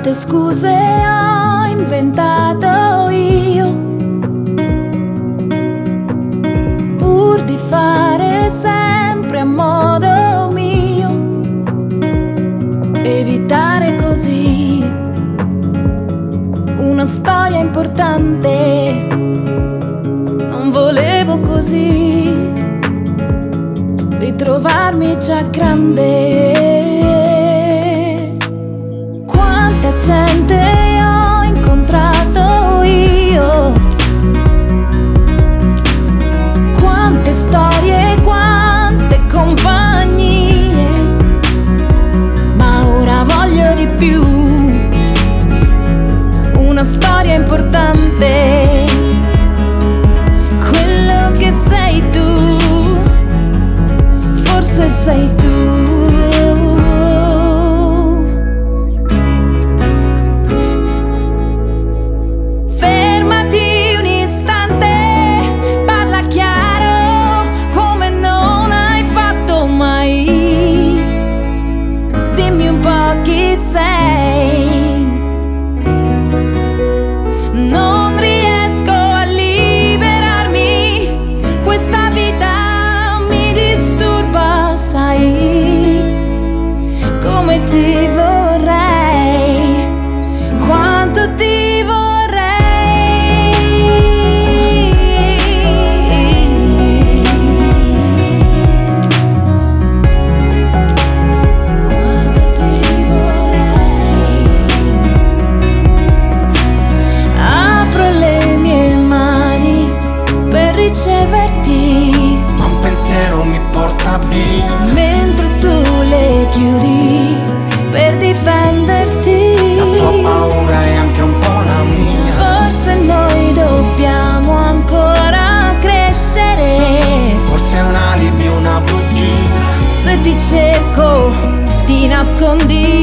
Quante scuse ho inventato io, pur di fare sempre a modo mio, evitare così una storia importante. Non volevo così ritrovarmi già grande. Quanta gente ho incontrato io, quante storie, quante compagnie, ma ora voglio di più, una storia importante. Quello che sei tu, forse sei tu. Non riesco a liberarmi, questa vita mi disturba, sai, come ti vorrei, quanto ti vorrei. Quanto ti vorrei. Apro le mie mani per riceverti, ma un pensiero mi porta via, mentre tu le chiudi per difenderti. la tua paura è anche un po' la mia. Forse noi dobbiamo ancora crescere, Forse è un alibi, una bugia. se ti cerco ti nascondi.